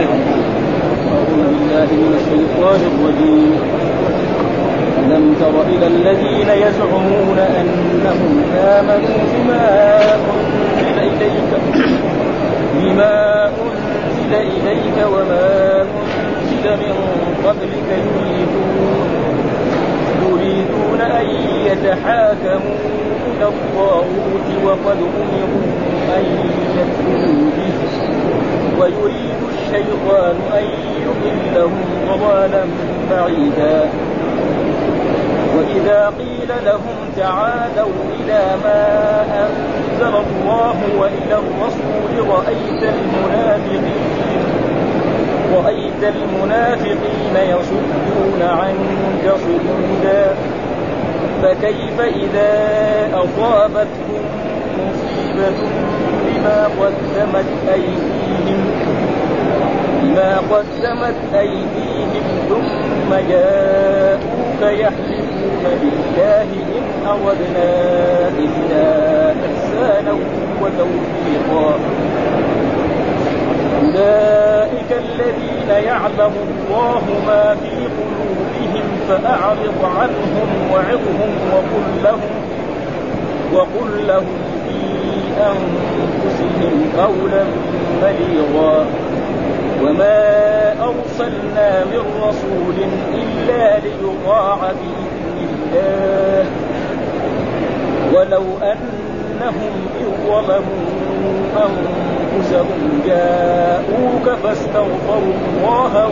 أعوذ بالله من الشيطان الرجيم. ألم تر إلى الذين يزعمون أنهم آمنوا بما أنزل إليك وما أنزل من قبلك يريدون أن يتحاكموا إلى الطاغوت وقد أمروا أن يكفروا به ويريد الشيطان أن يضلهم ضلالا بعيدا. وإذا قيل لهم تعالوا إلى ما أنزل الله وإلى الرسول رأيت المنافقين يصدون عنك صدودا. فكيف إذا أصابتهم مصيبة بما قدمت أيديهم ثم جاءوك يحلفون بالله إن أردنا إلا إحسانا وتوفيقا. أولئك الذين يعلم الله ما في قلوبهم فأعرض عنهم وعظهم وقل لهم في أنفسهم قولا بليغا. وما أرسلنا من رسول إلا ليطاع بإذن الله ولو أنهم إذ ظلموا أنفسهم جاءوك فاستغفروا الله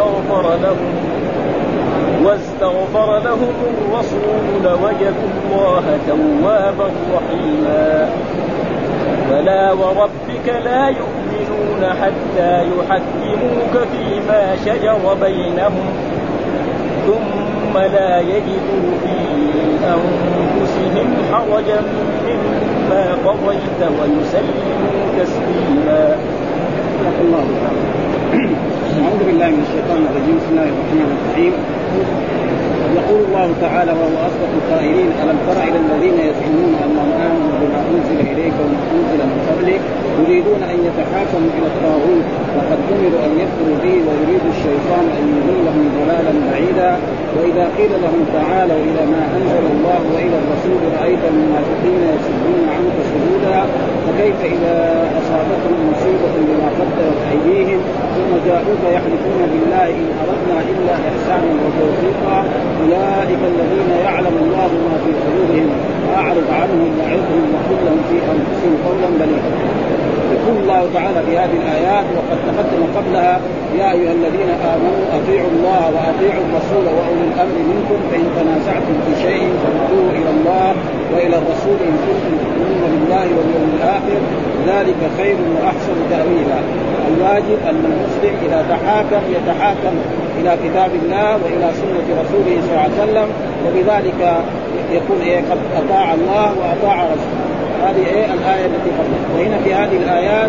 واستغفر لهم الرسول لوجدوا الله توابا رحيما. فلا وربك لا يؤمنون حتى يحكموك فيما شجر بينهم ثم لا يجدوا في أنفسهم حرجا مما قضيت ويسلموا تسليما. أعوذ بالله من الشيطان الرجيم. بسم الله الرحمن الرحيم. يقول الله تعالى وهو أصدق القائلين: ألم تر إلى الذين يزعمون أنهم آمنوا بما أنزل إليك وما أنزل من قبلك يريدون أن يتحاكموا إلى الطاغوت وقد أمروا أن يكفروا به ويريد الشيطان أن يضلهم ضلالا بعيدا. وإذا قيل لهم تعالوا إلى ما أنزل الله وإلى الرسول رأيت المنافقين يصدون عنك صدودا. فكيف إذا أصابتهم مصيبة بما قدمت أيديهم ثم جاءوك يحلفون بالله إن أردنا إلا إحسانا وتوفيقا. أولئك الذين يعلم الله ما في قلوبهم فأعرض عنهم وعظهم وقل لهم في أنفسهم قولا بليغا. يقول الله تعالى في هذه الآيات وقد تقدم قبلها: يا أيها الذين آمنوا أطيعوا الله وأطيعوا الرسول وأولي الأمر منكم فإن تنازعتم في شيء فردوه إلى الله وإلى الرسول إن كنتم تؤمنون بالله واليوم الآخر ذلك خير وأحسن تأويلا. الواجب أن المسلم إذا يتحاكم إلى كتاب الله وإلى سنة رسوله صلى الله عليه وسلم وبذلك يكون قد أطاع الله وأطاع رسوله. هذه الآية التي قبلها. وهنا في هذه الآيات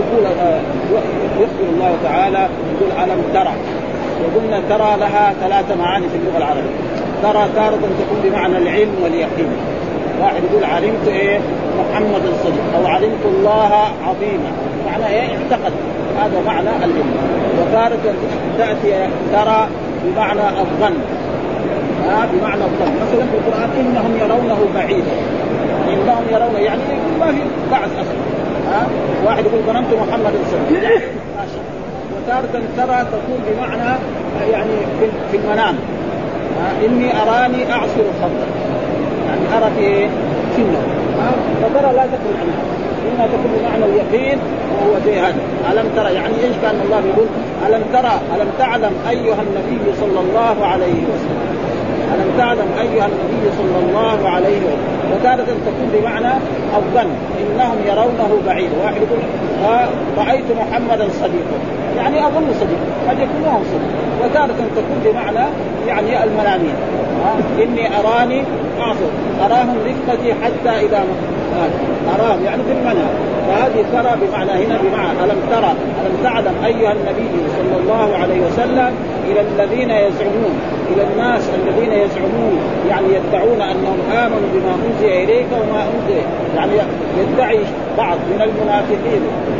يخبر الله تعالى يقول: ألم ترى. وقلنا ترى لها ثلاث معاني في اللغة العربية. ترى تارة تكون بمعنى العلم واليقين. واحد يقول علمت محمد الصديق أو علمت الله عظيما، معنى اعتقد، هذا معنى العلم. وتارة تأتي ترى بمعنى الظن، بمعنى الظن. مثلا في القرآن إنهم يرونه بعيدا، إنهم يرونه يعني ما في بعث أصلا. واحد يقول ظننت محمد الصديق. وتارة ترى تكون بمعنى يعني في المنام، إني أراني أعصر خمرا، يعني أرى في النوم. فترى لا تكون عنها، إنها تكون بمعنى اليقين. وهو زي هذا ألم ترى، يعني إيش كان الله يقول؟ ألم ترى ألم تعلم أيها النبي صلى الله عليه وسلم، ألم تعلم أيها النبي صلى الله عليه وسلم. وتارة تكون بمعنى الظن، إنهم يرونه بعيد. واحد يقول رأيت محمدا صديقا، يعني أظن صديق، قد يكون هو صديق. وتارة تكون بمعنى يعني المنامين، إني أراني أعصر، أراهم رفقتي حتى إذا أراهم يعني في المنام. فهذه ترى بمعنى هنا بمعنى ألم ترى ألم تعلم أيها النبي صلى الله عليه وسلم إلى الذين يزعمون، إلى الناس الذين يزعمون يعني يدعون أنهم آمنوا بما أنزل إليك وما أنزل، يعني يدعي بعض من المنافقين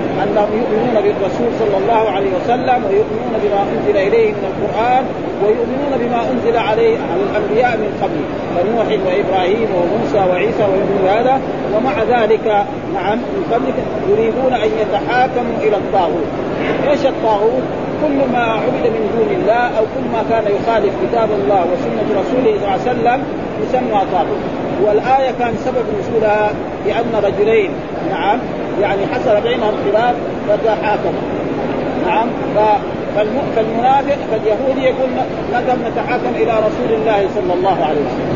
أنهم يؤمنون بالرسول صلى الله عليه وسلم ويؤمنون بما أنزل إليه من القرآن ويؤمنون بما أنزل عليه على الأنبياء من قبل كنوح وإبراهيم وموسى وعيسى ويؤمنون هذا. ومع ذلك نعم من قبل يريدون أن يتحاكموا إلى الطاغوت. إيش الطاغوت؟ كل ما عبد من دون الله أو كل ما كان يخالف كتاب الله وسنة رسوله صلى الله عليه وسلم يسمى طاغوت. والآية كان سبب نزولها لأن رجلين نعم يعني حصل بينهم خلاف فتحاكموا نعم. فالمنافق فاليهودي يقول نذهب نتحاكم إلى رسول الله صلى الله عليه وسلم،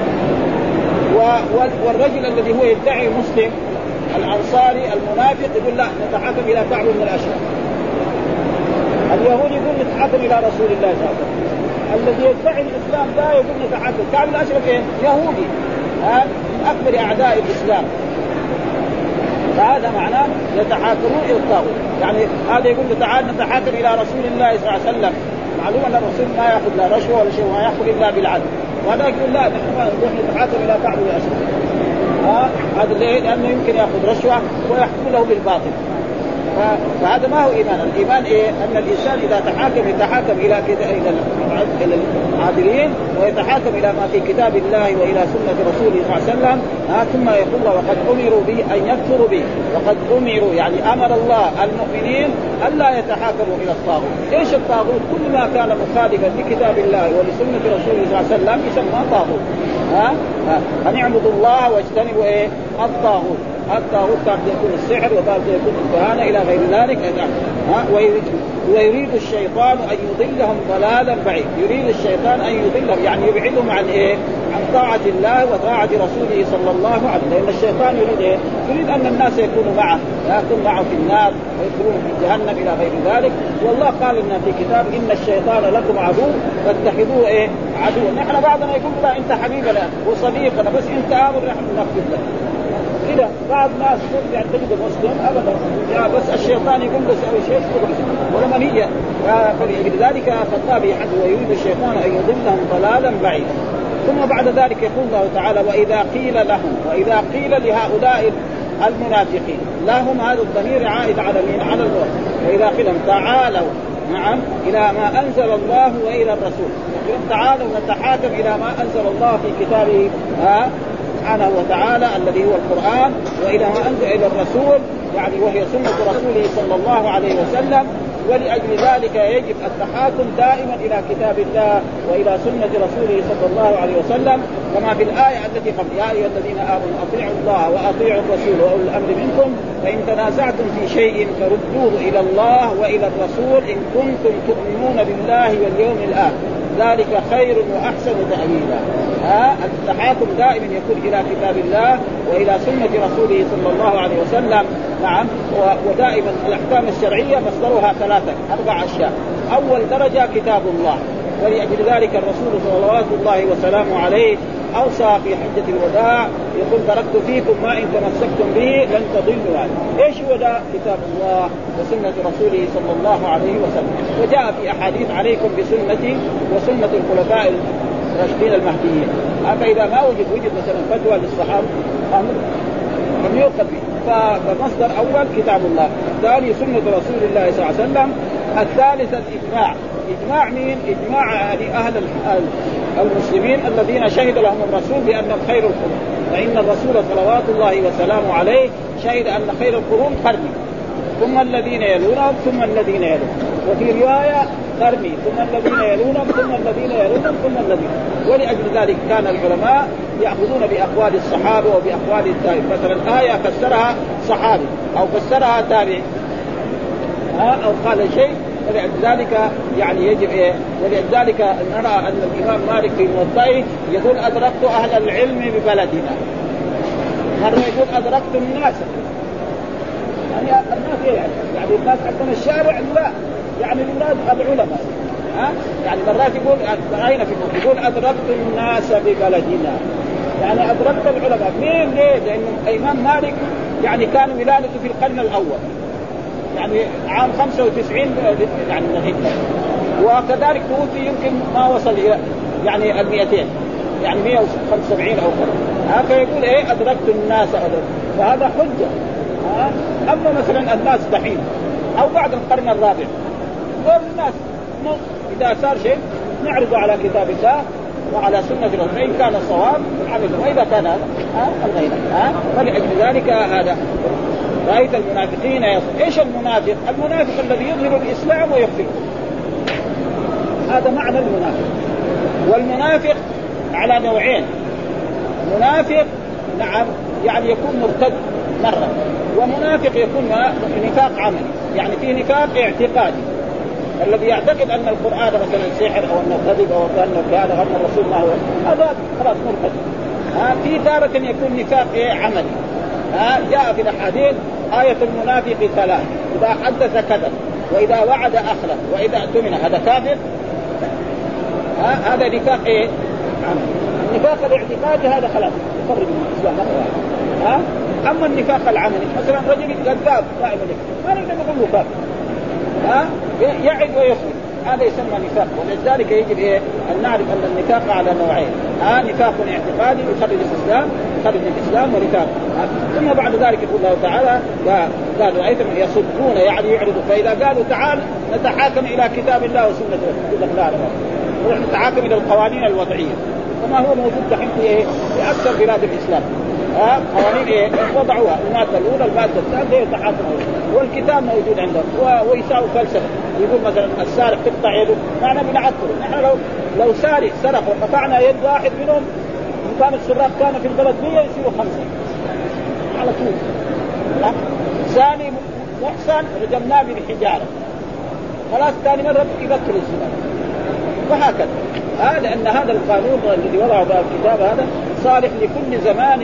والرجل الذي هو يدعي مسلم الأنصاري المنافق يقول لا نتحاكم إلى كعب بن الأشرف. اليهودي يقول نتحاكم إلى رسول الله صلى الله عليه وسلم. الذي يدعي الإسلام لا يقول نتحاكم. كعب بن الأشرف يهودي من أكبر أعداء الإسلام. فهذا معناه يتحاكمون إلى الطاغوت. يعني هذا يقول تعال نتحاكم إلى رسول الله صلى الله عليه وسلم. معلوم أن الرسول ما يأخذ لا رشوة ولا شيء وما يأخذ إلا بالعدل. وهذا يقول لا نحن نروح نتحاكم إلى كعب بن الأشرف. هذا ليه؟ لأنه يمكن يأخذ رشوة ويحكم له بالباطل. فهذا ما هو إيمان. الإيمان إيه؟ أن الإنسان إذا تحاكم يتحاكم إلى العادلين ويتحاكم إلى ما في كتاب الله وإلى سنة رسوله صلى الله عليه وسلم. ثم يقول وقد أمروا به أن يكفروا به. وقد أمروا يعني أمر الله المؤمنين ألا يتحاكموا إلى الطاغوت. إيش الطاغوت؟ كل ما كان مخالفا لكتاب الله ولسنة رسوله صلى الله عليه وسلم يسمى طاغوت. أن يعبدوا الله واجتنبوا إيه؟ الطاغوت. الطاغوت قد يكون السحر وقد يكون الكهانة إلى غير ذلك. ويريد الشيطان أن يضلهم ضلالا بعيد. يريد الشيطان أن يضلهم يعني يبعدهم عن إيه؟ عن طاعة الله وطاعة رسوله صلى الله عليه وسلم. لأن الشيطان يريد إيه؟ يريد أن الناس يكونوا معه، يكون معه في النار ويكونوا في جهنم إلى غير ذلك. والله قال لنا في كتاب إن الشيطان لكم عدو فاتخذوه إيه؟ عدو. نحن بعضنا يقول لا أنت حبيبنا وصديقنا بس أنت آمر نحن ننفذ لك كده. بعض ناس يعتقد المسلم ابدا يا بس الشيطان يقول له سوي شيء ولا منيه. فلذلك فالطابع حد ويريد الشيطان ان يضلهم ضلالا بعيدا. ثم بعد ذلك يقول الله تعالى واذا قيل لهؤلاء المنافقين لهم هذا الضمير عائد على مين؟ على الله. واذا قيل تعالوا نعم إلى ما أنزل الله وإلى الرسول. تعالوا نتحاكم إلى ما أنزل الله في كتابه سبحانه وتعالى الذي هو القرآن وإلى ما أنزل إلى الرسول يعني وهي سنة رسوله صلى الله عليه وسلم. ولأجل ذلك يجب التحاكم دائما إلى كتاب الله وإلى سنة رسوله صلى الله عليه وسلم كما في الآية التي قبل يا أيها الذين آمنوا أطيعوا الله وأطيعوا الرسول وأولي الأمر منكم فإن تنازعتم في شيء فردوه إلى الله وإلى الرسول إن كنتم تؤمنون بالله واليوم الآخر ذلك خير وأحسن تأويلا. التحاكم دائما يكون إلى كتاب الله وإلى سنة رسوله صلى الله عليه وسلم. نعم. ودائما الأحكام الشرعية مصدرها 4 أشياء. أول درجة كتاب الله ولأجل ذلك الرسول صلوات الله وسلامه عليه أوصى في حجة الوداع يقول تركت فيكم ما إن تمسكتم به لن تضلوا عنه. إيش هو ده؟ كتاب الله وسنة رسوله صلى الله عليه وسلم. وجاء في أحاديث عليكم بسنتي وسنة الخلفاء الراشدين المهديين. أما إذا ما وجد مثلا فتوى للصحابة لم يؤخذ به. فمصدر أول كتاب الله، الثاني سنة رسول الله صلى الله عليه وسلم، الثالث الإجماع. إجماع مين؟ إجماع أهل المسلمين الذين شهد لهم الرسول بأنهم خير القرون. فإن الرسول صلوات الله وسلامه عليه شهد أن خير القرون قرني ثم الذين يلونهم ثم الذين يلونهم. وفي رواية قرني ثم الذين يلونهم ثم الذين يلونهم ثم الذين. ولأجل ذلك كان العلماء يأخذون بأقوال الصحابة وبأقوال التابعين. مثلا آية فسرها صحابي أو فسرها تابعي أو قال شيء ولذلك يعني يجب إيه؟ ولذلك نرى أن الإمام مالك في موطئه يقول أدركت أهل العلم ببلدنا. مرة يقول أدركت الناس يعني الناس يعني الناس حتى الشارع لا يعني المراد العلماء. يعني مرات يقول رأينا في يقول أدركت الناس ببلدنا يعني أدركت العلماء. مين؟ ليه؟ لأن الإمام مالك يعني كان ولادته في القرن الأول يعني عام 95 يعني من الهجرة، وكذلك توفي يمكن ما وصل إلى يعني 200 يعني 175 أو كذا. هكذا يقول إيه أدركت الناس أدركت. فهذا حجة أما مثلا الناس دحين أو بعد القرن الرابع والناس إذا صار شيء نعرض على كتاب الله وعلى سنة الرسول، إن كان الصواب عمل وإذا كان الغير. فلأجل ذلك هذا رأيت المنافقين إيش المنافق؟ المنافق الذي يظهر الإسلام ويخفيه، هذا معنى المنافق. والمنافق على نوعين، منافق نعم يعني يكون مرتد مرة، ومنافق يكون نفاق عملي، يعني فيه نفاق اعتقادي الذي يعتقد أن القرآن مثلا سحر أو أنه كذب أو أنه كان غير الرسول ما هو، هذا خلاص مرتد. في تارة يكون نفاق عملي. جاء في الأحاديث آية المنافق 3: إذا حدث كذب، وإذا وعد أخلف، وإذا اؤتمن. هذا كافر. هذا نفاق عملي. النفاق الاعتقادي هذا خلاص يخرج من الإسلام. أما النفاق العملي مثلا رجل كذاب دائما ما نقدر نقول له كافر، يعد ويخرج، هذا يسمى نفاق. ولذلك يجب أن نعرف أن النفاق على نوعين: نفاق اعتقادي يخرج الإسلام، يخرج الإسلام، ونفاق. ثم بعد ذلك يقول الله تعالى: قالوا أيضا يصدون، يعني يعرضوا. فإذا قالوا تعال نتحاكم إلى كتاب الله وسنة رسوله، لا ونحن نتحاكم إلى القوانين الوضعية، كما هو موجود دحين في أكثر بلاد الإسلام. قوانين وضعوها، المادة الأولى، المادة الثانية، يتحاكموا، والكتاب موجود عندهم ويساوي فلسفة. يقول مثلا السارق تقطع يده، معنا بنعطله. نحن لو سرق وقطعنا يد واحد منهم، إن كان السراق كان في البلد 100 يصيروا 5 على طول. ثاني محسن رجمناه بالحجارة، خلاص ثاني مرة يقتل الزنا، وهكذا. لأن هذا القانون الذي وضعه الكتاب هذا صالح لكل زمان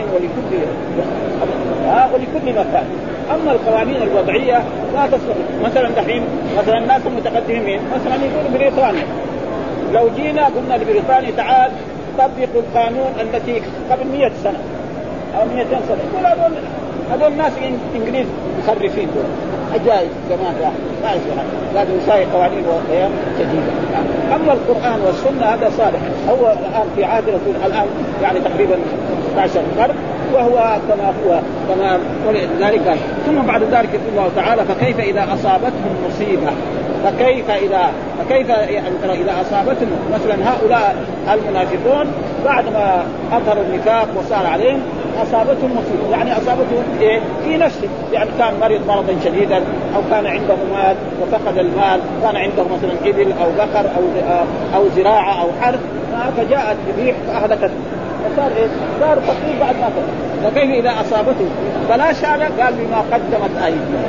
ولكل مكان. أما القوانين الوضعية لا تصلح. مثلا دحين مثلا الناس المتقدمين مثلا يقولوا بريطانيا، لو جينا قلنا لبريطانيا تعال طبقوا القانون التي قبل 100 سنة أو 200 سنة، يقول هذول الناس إنجليز مخرفين دول عجائز كمان ما يسمع، لازم يساوي قوانين وقيام جديدة. أما القرآن والسنة هذا صالح. هو الآن في عهد رسول الآن يعني تقريبا 16 قرن، وهو كما هو تمام. ولذلك ثم بعد ذلك يقول الله تعالى: فكيف إذا أصابتهم مصيبة، فكيف إذا أصابتهم مثلا هؤلاء المنافقون بعد ما أظهروا النفاق وصار عليهم أصابتهم مصيبة، يعني أصابتهم في نفسه، يعني كان مريض مرضا شديدا، أو كان عنده مال وفقد المال، كان عنده مثلا إبل أو بقر أو زراعة أو حرث، فجاءت ريح فأهلكته، فصار صار فقير بعد ما فقد. فكيف إذا أصابته بلاش هذا؟ قال بما قدمت أيديهم.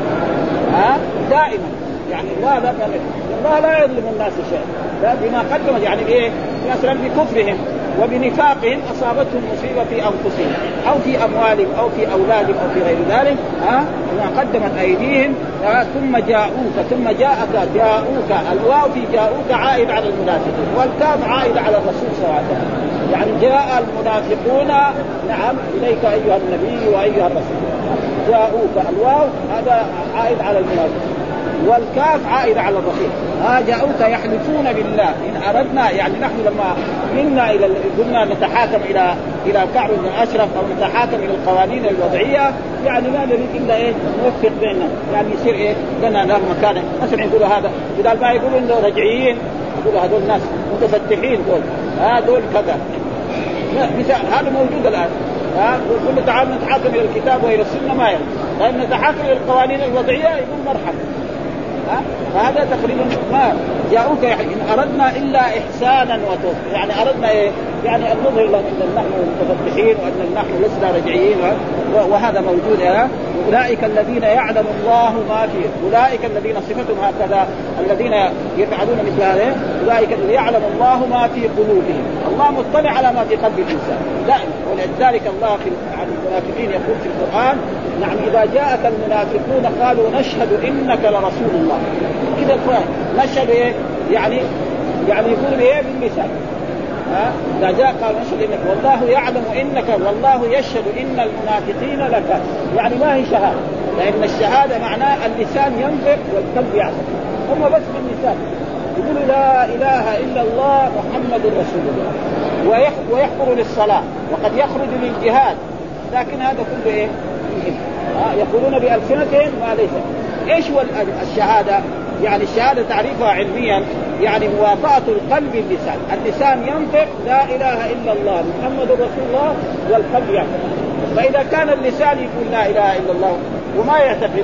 دائما يعني الله لا يظلم الناس شيئا، بما قدمت يعني مثلا بكفرهم وبنفاقهم أصابتهم مصيبة في أنفسهم أو في أموالهم أو في أولادهم أو في غير ذلك، ما قدمت أيديهم. ثم جاءوك الواو في جاءوك عائد على المنافقين، والكاف عائد على الرسول صلى الله عليه وسلم. يعني جاء المنافقون نعم إليك أيها النبي وأيها الرسول. جاءوك الواو هذا عائد على المنافقين، والكاف عائد على الرسول. جاءوك يحلفون بالله إن أردنا، يعني نحن لما منا قلنا نتحاكم إلى كعب بن أشرف أو نتحاكم إلى القوانين الوضعية، يعني ما نريد إلا نوفق بيننا، يعني يصير لنا نار مكانه. مثلا يقولوا هذا إذا ما يقولوا إنه رجعيين، يقولوا هذول الناس متفتحين دول كذا. مثال هذا موجود الآن. كل تعال نتحاكم إلى الكتاب وإلى السنة ما يلزم، لأن نتحاكم إلى القوانين الوضعية يقول مرحبا. فهذا تقريبا ما جاءوك إن أردنا إلا إحسانا وتوفيقا، يعني أردنا يعني أن نظهر لهم أن نحن متفتحين وأن نحن لسنا رجعيين، وهذا موجود. أولئك الذين يعلم الله ما فيه، أولئك الذين صفتهم هكذا الذين يفعلون مثل هذا، أولئك الذين يعلم الله ما في قلوبهم. الله مطلع على ما في قلب الإنسان دائما. ولذلك الله عن المنافقين يقول في القرآن: نعم إذا جاءك المنافقون قالوا نشهد إنك لرسول الله. كذا القرآن نشهد يعني يقول باللسان. إذا جاء قال نشهد إنك، والله يعلم إنك، والله يشهد إن المنافقين لك، يعني ما هي شهادة، لأن الشهادة معناه اللسان ينطق والقلب يعلم. هم بس باللسان يقولوا لا إله إلا الله محمد رسول الله، ويحضر للصلاة وقد يخرج للجهاد، لكن هذا كله يقولون بألسنتهم ما ليس. ايش هو الشهاده؟ يعني الشهاده تعريفها علميا يعني موافقه القلب باللسان. اللسان ينطق لا اله الا الله محمد رسول الله والقلب يعتقد. فاذا كان اللسان يقول لا اله الا الله وما يعتقد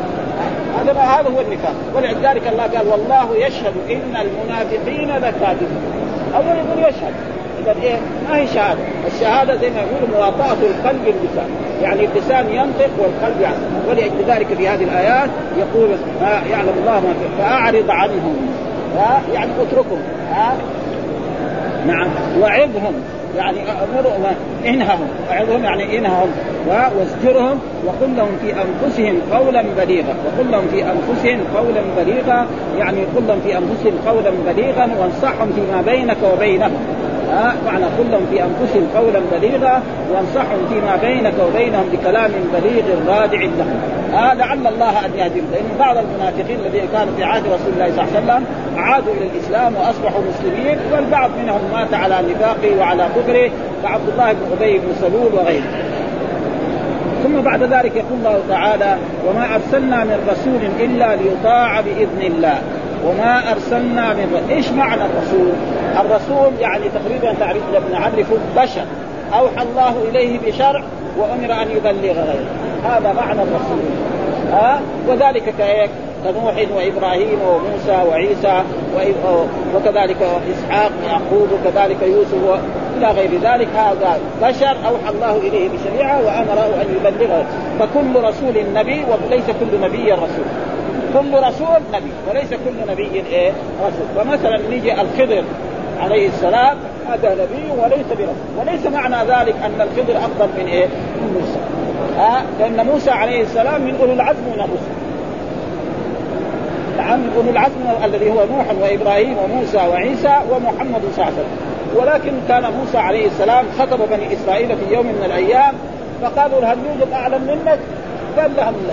هذا هو النفاق. ولذلك الله قال والله يشهد ان المنافقين لكاذبون. اول يقول يشهد إذا إيه؟ ما هي شهادة. الشهادة زي ما يقول موافقة القلب باللسان، يعني اللسان ينطق والقلب يعلم. ولذلك في هذه الآيات يقول يعلم الله ما فيه فأعرض عنهم، يعني اتركهم، نعم، وعظهم يعني أمرهم، انههم، أعظهم يعني انههم، وازجرهم، وقل لهم في أنفسهم قولا بليغا. وقل لهم في أنفسهم قولا بليغا يعني قل لهم في أنفسهم قولا بليغا وانصحهم فيما بينك وبينهم. معنى كلهم في أنفسهم قولا بليغا وانصحهم فيما بينك وبينهم بكلام بليغ رادع لهم. لعل الله أن يهديهم، لأن بعض المنافقين الذين كانوا في عهد رسول الله صلى الله عليه وسلم عادوا إلى الإسلام وأصبحوا مسلمين، والبعض منهم مات على نفاقه وعلى كفره كعبد الله بن أبي بن سلول وغيره. ثم بعد ذلك يقول الله تعالى وما أرسلنا من رسول إلا ليطاع بإذن الله. وما أرسلنا من إيش معنى الرسول؟ الرسول يعني تقريبا نعرفه بشر أوحى الله إليه بشرع وأمر أن يبلغ غيره، هذا معنى الرسول. وذلك كنوح وإبراهيم وموسى وعيسى وكذلك إسحاق ويعقوب وكذلك يوسف إلى غير ذلك. هذا بشر أوحى الله إليه بشريعة وأمره أن يبلغه. فكل رسول نبي وليس كل نبي رسول. كل رسول نبي وليس كل نبي رسول. فمثلا نيجي الخضر عليه السلام هذا نبي وليس برسول، وليس معنى ذلك أن الخضر أفضل من من موسى. لأن موسى عليه السلام من أولي العزم من الرسل. نعم من أولي العزم الذي هو نوح وإبراهيم وموسى وعيسى ومحمد صلى الله عليه وسلم. ولكن كان موسى عليه السلام خطب بني إسرائيل في يوم من الأيام فقالوا هل يوجد أعلم منك؟ قال لهم لا.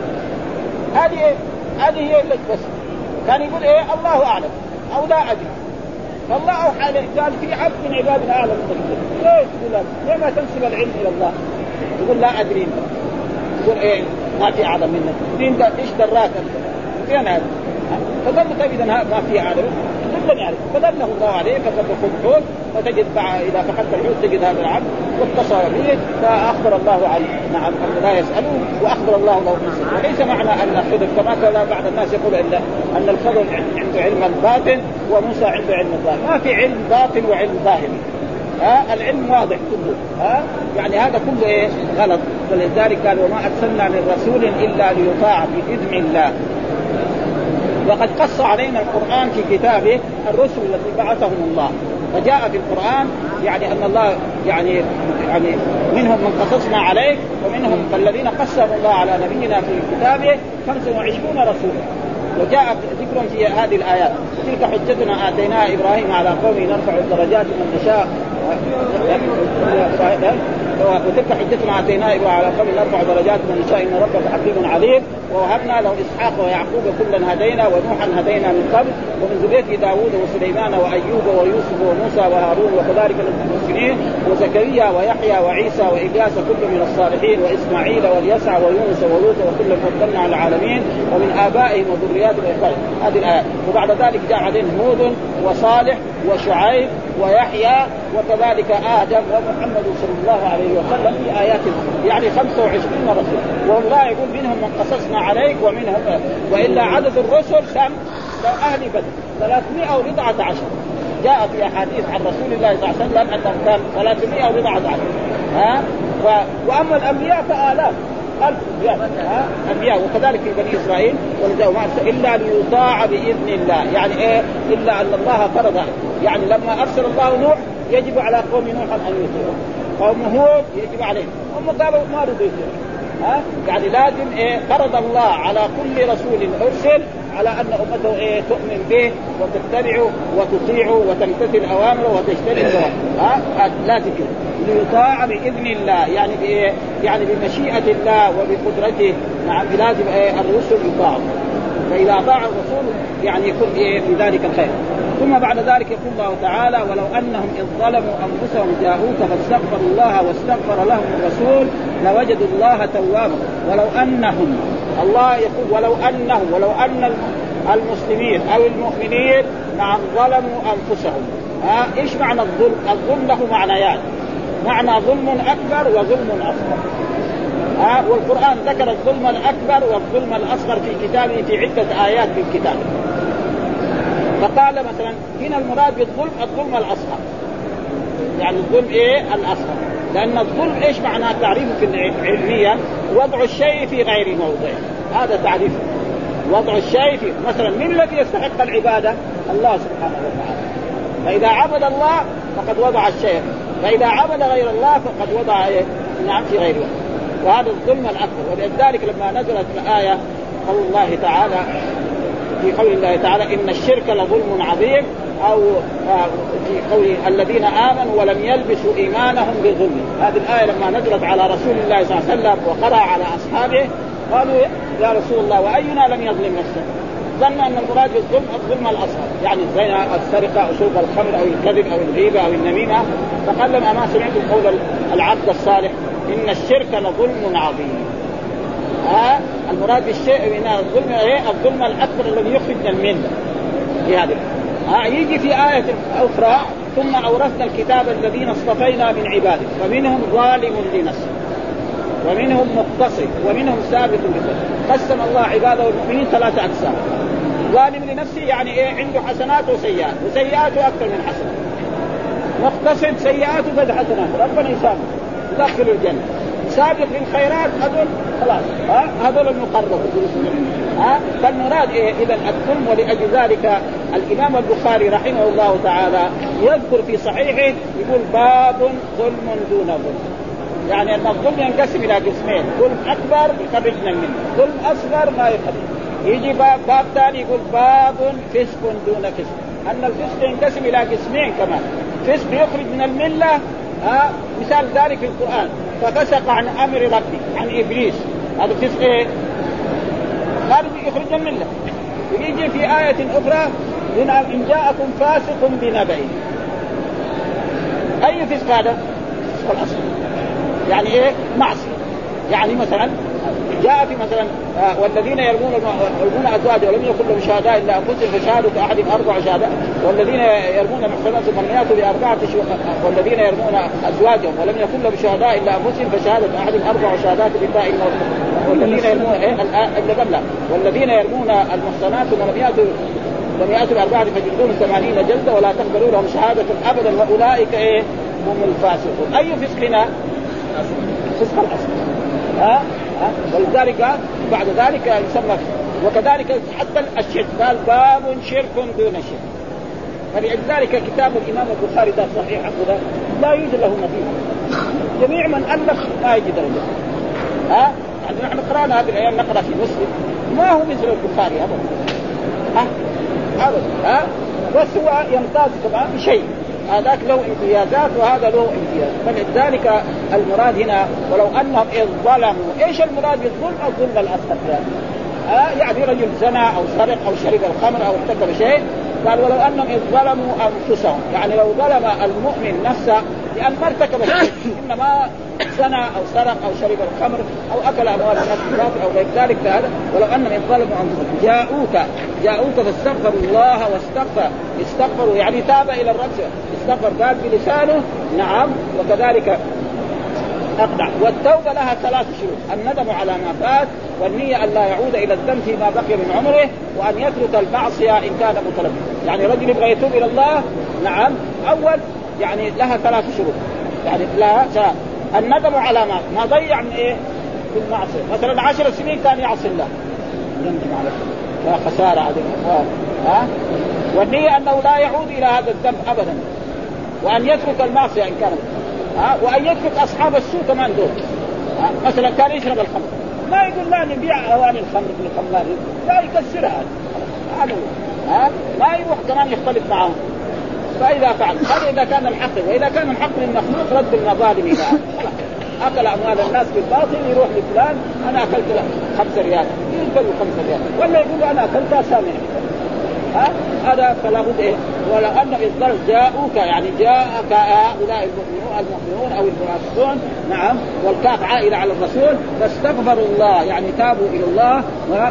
هذه هي بس كان يقول الله أعلم أو لا أدري. فالله أوحى قال في عبد من عبادنا أعلم منك. ليه تقول ليه ما تنسب العلم إلى الله؟ يقول لا أدري. يقول ما في أعلم منك. دين إيش دراك أنت؟ فين هذا؟ فقال له طيب إذا ما في أعلم لم يعرف. فدله الله عليه فقد خذ فتجد إذا فقدت الحوت تجد هذا العبد واتصل به فأخبر الله عنه. نعم أن لا يسأله وأخبر الله له نفسه. وليس معنى أن الخضر كما كان بعض الناس يقول أن الخضر عنده علم الباطن وموسى عنده علم الظاهر. ما في علم باطن وعلم ظاهر. العلم واضح كله. يعني هذا كله غلط. ولذلك قال وما أرسلنا من رسول إلا ليطاع بإذن الله. وقد قص علينا القرآن في كتابه الرسل التي بعثهم الله. فجاء في القرآن يعني أن الله يعني منهم من قصصنا عليك ومنهم الذين قصهم الله على نبينا في كتابه 25 رسولا. وجاء ذكر في هذه الآيات تلك حجتنا آتيناها إبراهيم على قومه نرفع الدرجات من نشاء وتلك حجتنا آتيناها إبراهيم على قومه نرفع درجات من نشاء إن ربك حكيم عليم. ووهبنا له إسحاق ويعقوب كلا هدينا ونوحا هدينا من قبل ومن ذريته داوود وسليمان وأيوب ويوسف وموسى وهارون وكذلك المحسنين وزكريا ويحيى وعيسى وإلياس كل من الصالحين وإسماعيل واليسع ويونس ولوط وكل فضلنا على العالمين ومن آبائهم وذرياتهم وإخوانهم. هذه الآيات. وبعد ذلك جاء عليهم هود وصالح وشعيب ويحيى وكذلك آدم ومحمد صلى الله عليه وسلم في آيات يعني 25 رسول. والله يقول منهم من قصصنا عليك ومنهم وإلا عدد الرسل كان أهل بدر 314. جاء في أحاديث عن رسول الله صلى الله عليه وسلم أنه كان 314. وأما الأنبياء فآلاف أنبياء وكذلك في بني إسرائيل إلا ليطاع بإذن الله. يعني إلا أن الله فرض. يعني لما أرسل الله نوح يجب على قوم نوح أن يطيعوا. قوم هود يجب عليهم. هم قالوا ما رضوا يطيعوا. يعني لازم فرض الله على كل رسول أرسل على أن أمته تؤمن به وتتبعه وتطيعه وتمتثل أوامره وتجتنب نواهيه. لازم كده ليطاع بإذن الله يعني بمشيئة الله وبقدرته. نعم لازم الرسل يطاعوا. فإذا أطاع الرسول يعني يكون في ذلك الخير. ثم بعد ذلك يقول الله تعالى ولو أنهم إذ ظلموا أنفسهم جاءوك فاستغفروا الله واستغفر لهم الرسول لوجدوا الله توابا. ولو أنهم، الله يقول ولو أن المسلمين أو المؤمنين نعم ظلموا أنفسهم. إيش معنى الظلم؟ الظلم له معنيان، معنى ظلم أكبر وظلم أصغر. والقرآن ذكر الظلم الأكبر والظلم الأصغر في كتابه في عدة آيات في الكتاب. فقال مثلا هنا المراد بالظلم الظلم الأصغر، يعني الظلم الأصغر، لأن الظلم إيش معناه تعريفه في العلمية؟ وضع الشيء في غير موضعه، هذا تعريفه. وضع الشيء في مثلا من الذي يستحق العبادة؟ الله سبحانه وتعالى، فإذا عبد الله فقد وضع الشيء، فإذا عبد غير الله فقد وضع نعم في غيره، وهذا الظلم الأكبر. ولذلك لما نزلت الآية قول الله تعالى في قول الله تعالى إن الشرك لظلم عظيم، أو في قول الذين آمنوا ولم يلبسوا إيمانهم بظلم، هذه الآية لما نزلت على رسول الله صلى الله عليه وسلم وقرأ على أصحابه قالوا يا رسول الله وأينا لم يظلم نفسه؟ ظن أن المراد بالظلم الظلم الأصغر، يعني زي السرقة أو شرب الخمر أو الكذب أو الغيبة أو النميمة. فقال لهم أما سمعتم قول العبد الصالح إن الشرك لظلم عظيم. المراد بالشيء من الظلم الظلم الأكبر الذي يخرج من الملة في هذه. يجي في آية أخرى ثم أورثنا الكتاب الذين اصطفينا من عباده فمنهم ظالم لنفسه ومنهم مقتصد ومنهم سابق بالخير. قسم الله عباده المؤمنين 3 أقسام. ظالم لنفسه يعني عنده حسنات وسيئات، وسيئاته أكثر من حسنات. مقتصد سيئاته قد حسنات، ربنا يسامح يدخل الجنة. سابق بالخيرات هذول خلاص هذول المقربون. فالمراد إذا الظلم. ولأجل ذلك الإمام البخاري رحمه الله تعالى يذكر في صحيحه يقول باب ظلم دون ظلم، يعني أن الظلم ينقسم إلى قسمين، ظلم أكبر يخرجنا منه، ظلم أصغر ما يخرج. يجي باب ثاني يقول باب فسق دون فسق، أن الفسق ينقسم إلى قسمين كمان، فسق يخرج من الملة. مثال ذلك في القرآن ففسق عن أمر ربي عن إبليس، هذا فسق خارج يخرج من الملة. ويجي في آية أخرى إن جاءكم فاسق بنبأ، أي فسق هذا؟ فسق الأصل، يعني معصية. يعني مثلا جاء في مثلا والذين يرمون أزواجهم ولم يكن لهم شهداء إلا أنفسهم فشهادة أحدهم 4 شهادات، والذين يرمون المحصنات المؤمنات ب4 والذين يرمون أزواجهم ولم يكن لهم شهداء إلا أنفسهم فشهادة أحدهم 4 شهادات بالله إنه والذين يرمون والذين يرمون المحصنات المؤمنات لم يأتوا ب4 فجلدوهم 80 جلدة ولا تقبلوا لهم شهادة أبدا وأولئك هم الفاسقون. أي فسق هنا؟ فسق الأصل. ولذلك بعد ذلك يسمى. وكذلك حتى الشرك قال باب شرك دون شرك. فلذلك كتاب الإمام البخاري ده صحيح هذا لا يوجد له مثيل، جميع من ألف ما يجد له. يعني نحن قرأنا هذه الأيام نقرأ في مسلم ما هو مثل البخاري أبدا. بس هو يمتاز كمان بشيء، هذاك له امتيازات وهذا له امتياز. فلذلك المراد هنا ولو أنهم إذ ظلموا. إيش المراد بالظلم؟ الظلم الأصغر، يعني رجل زنى أو سرق أو شرب الخمر أو ارتكب شيء. قال ولو أنهم إذ ظلموا أنفسهم، يعني لو ظلم المؤمن نفسه لأن ما ارتكب شيء، إنما زنى أو سرق أو شرب الخمر أو أكل أموال الناس بالباطل أو غير ذلك. فهذا ولو أنهم إذ ظلموا أنفسهم جاءوك فاستغفروا الله استغفروا يعني تاب إلى الرب، استغفر قال بلسانه نعم وكذلك أقنع. والتوبة لها 3 شروط: الندم على ما فات، والنية أن لا يعود إلى الذنب فيما بقي من عمره، وأن يترك المعصية إن كان مترددا. يعني رجل يبغى يتوب إلى الله نعم أول يعني لها 3 شروط، يعني لها الندم على ما ضيع من في المعصية. مثلا 10 سنين كان يعصي الله يندم على لا خسارة هذه. والنية أنه لا يعود إلى هذا الذنب أبدا، وأن يترك المعصية إن كان وأن يترك أصحاب السوء كمان دول. مثلا كان يشرب الخمر ما يقول لا نبيع أواني الخمر في الخمار، لا يكسرها هذا ما يروح كمان يختلط معهم. فإذا فعل هذا إذا كان الحق، وإذا كان الحق للمخلوق رد المظالم إلى أكل أموال الناس بالباطل يروح لفلان أنا أكلت 5 ريال يقبل 5 ريال، ولا يقول أنا أكلتها سامع هذا فلا بد إيه ولو أن إذ جاءوك يعني جاءك هؤلاء المؤمنون أو المنافقون نعم والكاف عائلة على الرسول فاستغفروا الله يعني تابوا إلى الله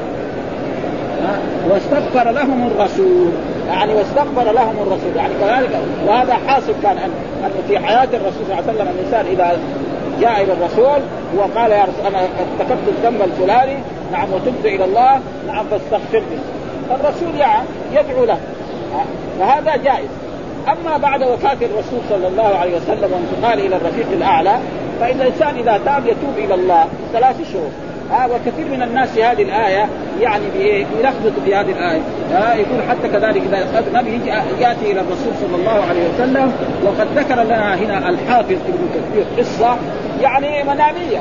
واستغفر لهم الرسول يعني واستغفر لهم الرسول يعني كذلك. وهذا حاصل كان أن في حياة الرسول صلى الله عليه وسلم الإنسان إذا جاء إلى الرسول وقال يا رسول أنا ارتكبت الذنب الفلاني نعم وتبت إلى الله نعم فاستغفرني فالرسول يعني يدعو له فهذا جائز. أما بعد وفاة الرسول صلى الله عليه وسلم وانتقال إلى الرفيق الأعلى فإن الإنسان إذا تاب يتوب إلى الله 3 شهور. وكثير من الناس في هذه الآية يعني يلخبط في هذه الآية يقول حتى كذلك إذا النبي يأتي إلى الرسول صلى الله عليه وسلم وقد ذكر لنا هنا الحافظ ابن كثير قصة يعني منامية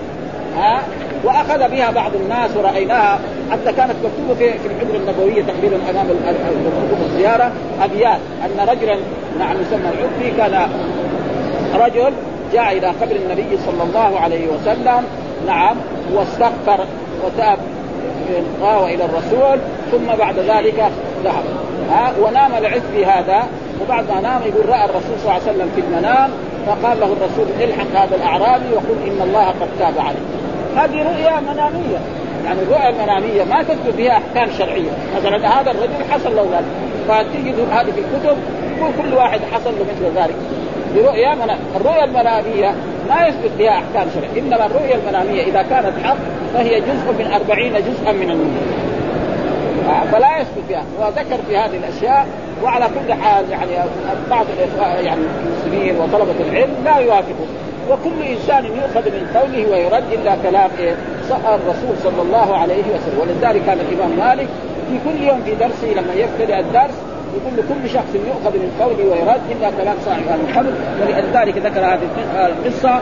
وأخذ بها بعض الناس ورأيناها حتى كانت مكتوبة في الحجر النبوية تقريبا أمام الزيارة أبيات أن رجلا نعم يسمى العقبي كان رجل جاء إلى قبر النبي صلى الله عليه وسلم نعم واستغفر وتاب إلى الرسول ثم بعد ذلك ذهب ونام لعثب هذا. وبعد ما نام يقول رأى الرسول صلى الله عليه وسلم في المنام فقال له الرسول الحق هذا الأعرابي وقل إن الله قد تاب عليه. هذه رؤيا منامية يعني الرؤيا المنامية ما تكتب بها أحكام شرعية. مثلا هذا الرجل حصل له ذلك فتجد هذه في الكتب كل واحد حصل له مثل ذلك برؤيا الرؤيا المنامية ما يثبت بها أحكام شرعية. إنما الرؤيا المنامية إذا كانت حق فهي جزء من 40 جزءا من النبوة فلا يثبت بها. وذكر في هذه الأشياء. وعلى كل حال يعني بعض يعني المسلمين وطلبة العلم لا يوافقون وكل إنسان يؤخذ من قوله ويرد إلا كلام الرسول صلى الله عليه وسلم. ولذلك كان الإمام مالك في كل يوم في درسه لما يبتدئ الدرس يقول لكل شخص يؤخذ من قوله ويرد إلا كلام صاحب محمد. ولذلك ذكر هذه القصة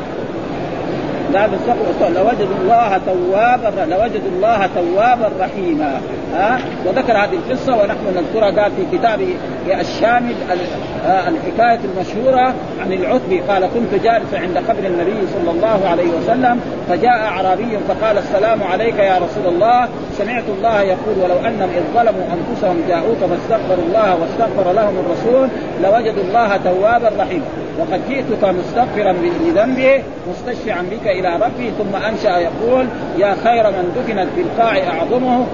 لوجدوا الله توابا رحيما وذكر هذه القصة ونحن نذكرها قال في كتابه الشامل الحكاية المشهورة عن العتبي قال كنت جالسا عند قبر النبي صلى الله عليه وسلم فجاء أعرابي فقال السلام عليك يا رسول الله سمعت الله يقول ولو أنهم إذ ظلموا أنفسهم جاءوك فاستغفروا الله واستغفر لهم الرسول لوجدوا الله توابا رحيما وقد جئتك مستغفرا لذنبه مستشفعا بك إلى ربي. ثم أنشأ يقول يا خير من دفنت في القاع أعظمه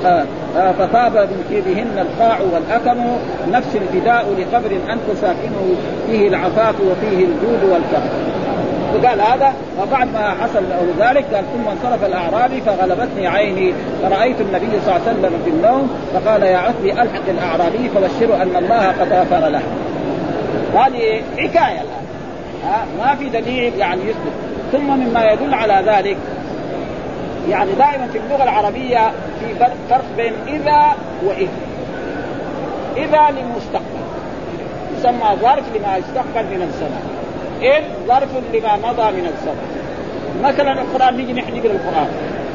فطاب بهن القاع والأكم نفس الفداء لقبر أنت ساكنه فيه العفاف وفيه الجود والكرم. فقال هذا. وبعد ما حصل له ذلك قال ثم انصرف الأعرابي فغلبتني عيني فرأيت النبي صلى الله عليه وسلم في النوم فقال يا عتبي ألحق الأعرابي فبشره أن الله قد غفر له. هذه حكاية الآن ما في دليل يعني يثبت. ثم مما يدل على ذلك يعني دائما في اللغة العربية في فرق بين إذا وإذ. إذا للمستقبل يسمى ظرف لما يستقبل من الزمن. إذ ظرف لما مضى من الزمن. مثلا القرآن نيجي نحن نقرأ القرآن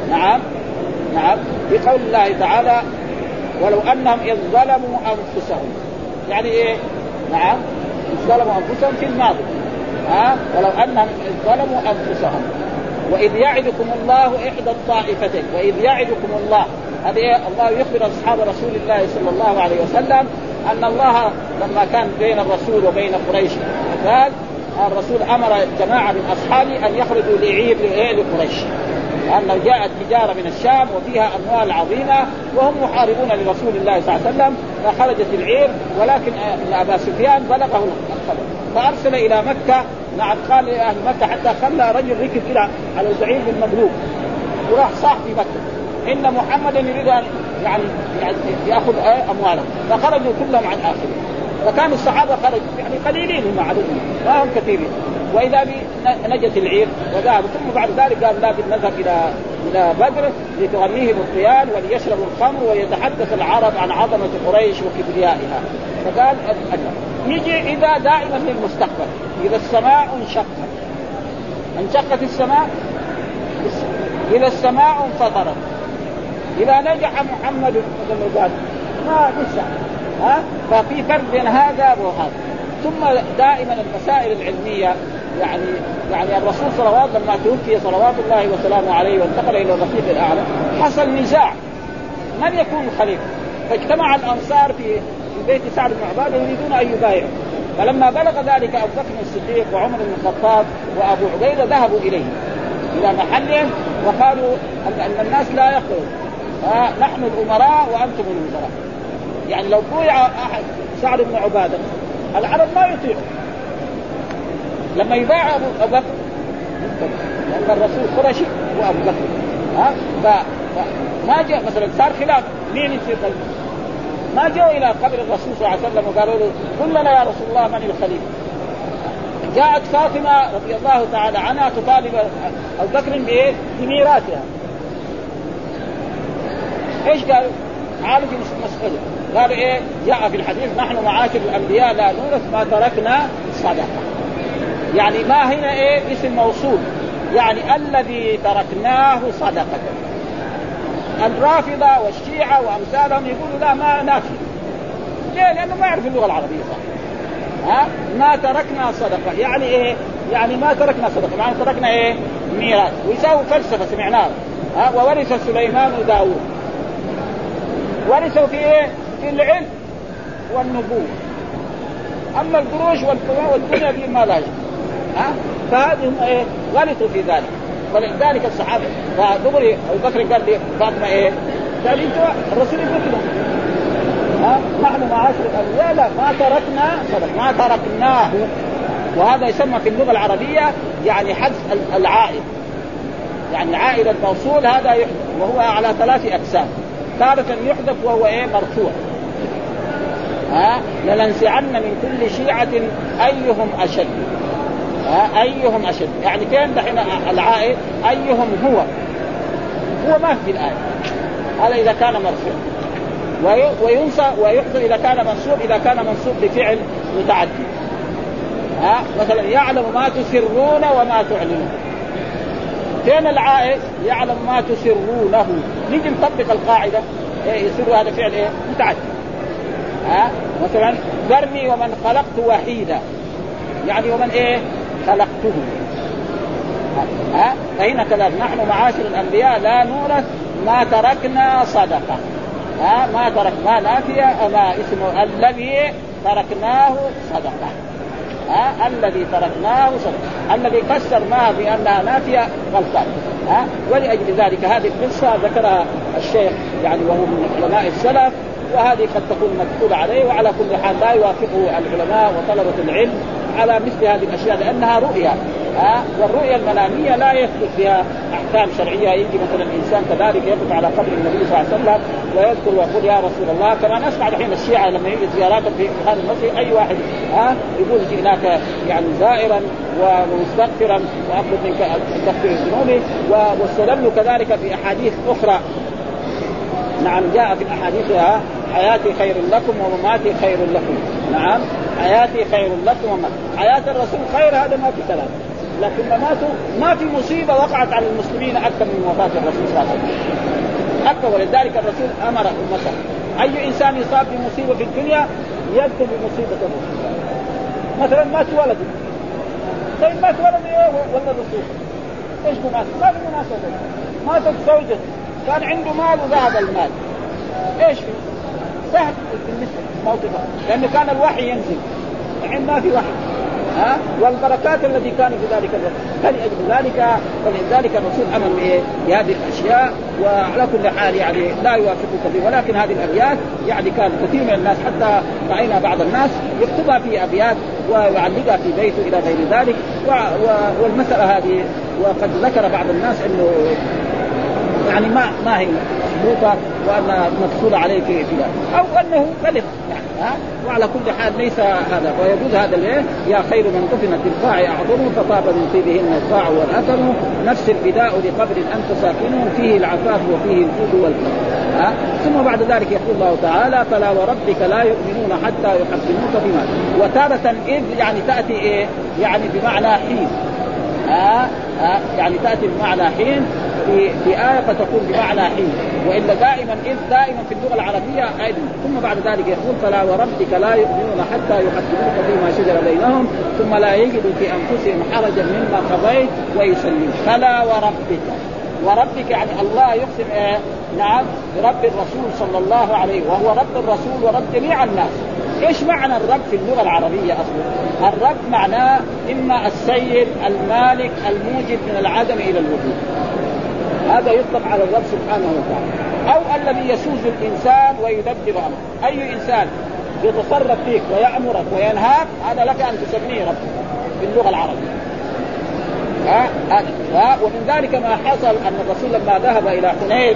نعم بقول الله تعالى ولو أنهم إذ ظلموا أنفسهم يعني إيه نعم ظلموا أنفسهم في الماضي ولو أنهم ظلموا أنفسهم وإذ يعدكم الله إحدى الطائفتين. وإذ يعدكم الله هذه الله يخبر أصحاب رسول الله صلى الله عليه وسلم أن الله لما كان بين الرسول وبين قريش قال الرسول أمر جماعة من أصحابه أن يخرجوا لعير لقريش لأنه جاءت تجارة من الشام وفيها أموال عظيمة وهم محاربون لرسول الله صلى الله عليه وسلم فخرجت العير. ولكن أبا سفيان بلغه الخبر فأرسل إلى مكة نعم قال لأهل مكة حتى خلى رجل ركب إلى على البعير بالمغلوب وراح صاح في مكة إن محمدا يريد أن يعني يأخذ أموالهم فخرجوا كلهم عن آخره. فكانوا الصحابة خرجوا يعني قليلين هم عددهم ما هم كثيرين. وإذا نجت العير وذهبوا. ثم بعد ذلك قال لازم نذهب إلى بدر لتغنيهم الطيال وليشربوا الخمر ويتحدث العرب عن عظمة قريش وكبريائها. فقال يجي إذا دائما للمستقبل. إذا السماء انشقت السماء إذا السماء انفطرت إذا نجح محمد ما لسه ففي فرق بين هذا وهذا. ثم دائما المسائل العلمية يعني الرسول صلوات لما توفي صلوات الله وسلامه عليه وانتقل إلى الرفيق الأعلى حصل نزاع من يكون خليفة. فاجتمع الأنصار في في بيت سعد بن عبادة يريدون أن يبايعوا. فلما بلغ ذلك أبو بكر الصديق وعمر بن الخطاب وأبو عبيدة ذهبوا إليه إلى محلهم وقالوا أن الناس لا يخرج، نحن الأمراء وأنتم الوزراء. يعني لو بايع أحد سعد بن عبادة العرب ما يطيعوا، لما يبايع أبو بكر لأن الرسول قرشي وأبو بكر فما جاء مثلا صار خلاف مين يصير ما جاءوا إلى قبر الرسول صلى الله عليه وسلم وقالوا له قل لنا يا رسول الله من الخليفة. جاءت فاطمة رضي الله تعالى عنها تطالب أبو بكر بميراثها. إيش قالوا؟ عالج مسؤول قالوا إيه؟ جاء في الحديث نحن معاشر الأنبياء لا نورث ما تركنا صدقة. يعني ما هنا إيه اسم موصول، يعني الذي تركناه صدقة. الرافضة والشيعة وأمثالهم يقولوا لا ما نافي. ليه؟ لأنه ما يعرف اللغة العربية صح. ما تركنا صدقة يعني إيه؟ يعني ما تركنا صدقة، معنى تركنا إيه؟ ميراث. ويساوي فلسفة سمعناها. وورث سليمان وداود. ورثوا في إيه؟ في العلم والنبوة. أما القروش والدنيا دي ما لاجئ. فهذهم إيه؟ غلطوا في ذلك. ولذلك الصحابة فدغري أبو بكر قال لي فاطمة إيه؟ قال أنت الرسول يقول لهم نحن معاشر الأنبياء لا ما تركنا صدق ما تركناه. وهذا يسمى في اللغة العربية يعني حذف العائد. يعني عائد الموصول هذا يحذف وهو على 3 أقسام. تارة يحذف وهو إيه؟ مرفوع. لننزعن من كل شيعة أيهم أشد. أيهم أشد يعني كان دحين العائد أيهم هو ما في الآية. هذا إذا كان مرفوع. وينصب ويحذف إذا كان منصوب، إذا كان منصوب بفعل متعدي. مثلا يعلم ما تسرون وما تعلنون. فين العائد؟ يعلم ما تسرونه. نيجي نطبق القاعدة يصير هذا فعل إيه؟ متعدي. مثلا ذرني ومن خلقت وحيدا يعني ومن إيه؟ خلقته. فهنا كذلك نحن معاشر الأنبياء لا نورث ما تركنا صدقة. ما ترك ما نافية ما اسمه الذي تركناه صدقة. الذي تركناه صدقة. الذي فسر ما بأنها نافية غلطان. ولأجل ذلك هذه القصة ذكرها الشيخ يعني وهو من علماء السلف، وهذه قد تكون مكتوبة عليه. وعلى كل حال لا يوافقه العلماء وطلبة العلم على مثل هذه الأشياء لأنها رؤيا. والرؤيا المنامية لا يثبت فيها أحكام شرعية. يجي مثلا الإنسان كذلك يقف على قبر النبي صلى الله عليه وسلم ويذكر ويقول يا رسول الله. كما نسمع الحين الشيعة لما يجي زياراتهم في هذا المسجد أي واحد يقول جئناك يعني زائرا ومستغفرا وأطلب منك أن تغفر ذنوبي. واستدلوا كذلك في أحاديث أخرى. نعم جاء في الأحاديث حياتي خير لكم ومماتي خير لكم. نعم حياتي خير لكم ومماتي. حياة الرسول خير هذا ما في كلام، لكن مماته ما في مصيبة وقعت على المسلمين أكثر من وفاة الرسول صلى الله عليه وسلم أكثر. ولذلك الرسول أمر أمته أي إنسان يصاب بمصيبة في الدنيا يذكر بمصيبة الرسول. مثلا مات ولد، طيب مات ولد ولا الرسول ايش مات؟ ما في مناسبة. ماتت زوجته كان عنده مال وذهب المال ايش في؟ سهل بالنسبة موقفه لأنه كان الوحي ينزل الحين ما في وحي. والبركات التي كانت في ذلك الوقت. فلذلك الرسول أمر بهذه الأشياء. وعلى كل حال يعني لا يوافقه كثير، ولكن هذه الأبيات يعني كان كثير من الناس حتى رأينا بعض الناس يكتبها في أبيات ويعلقها في بيته إلى غير ذلك. والمسألة هذه وقد ذكر بعض الناس إنه يعني ما هي مضبوطة وأنها مدخول عليه في أو أنه غلط يعني. وعلى كل حال ليس هذا. ويجوز هذا الايه يا خير من دفن التلقاع اعظمه فطاب من طيبهن الطاع والاثر نفس الفداء لقبر انت ساكنه فيه العفاف وفيه الجود والكرم. ثم بعد ذلك يقول الله تعالى فلا وربك لا يؤمنون حتى يحكموك فيما. وتارة إذ يعني تأتي إيه يعني بمعنى حين. يعني تأتي بمعنى حين في آية فتكون بمعنى حين. وإلا دائما إذ دائما في اللغة العربية أيضا. ثم بعد ذلك يقول فلا وربك لا يؤمنون حتى يحكموك فيما شجر بينهم ثم لا يجدوا في أنفسهم حرجا مما قضيت ويسلموا. فلا وربك يعني الله يقسم نعم برب الرسول صلى الله عليه وهو رب الرسول ورب جميع الناس إيش معنى الرب في اللغة العربية أصلا؟ الرب معناه إما السيد المالك الموجد من العدم إلى الوجود، هذا يطلق على الرب سبحانه وتعالى. أو الذي يسوز الإنسان ويدبر أمره، أي إنسان يتصرف فيك ويأمرك وينهاك هذا لك أن تسميه رب في اللغة العربية. ومن ذلك ما حصل أن الرسول لما ذهب إلى حنين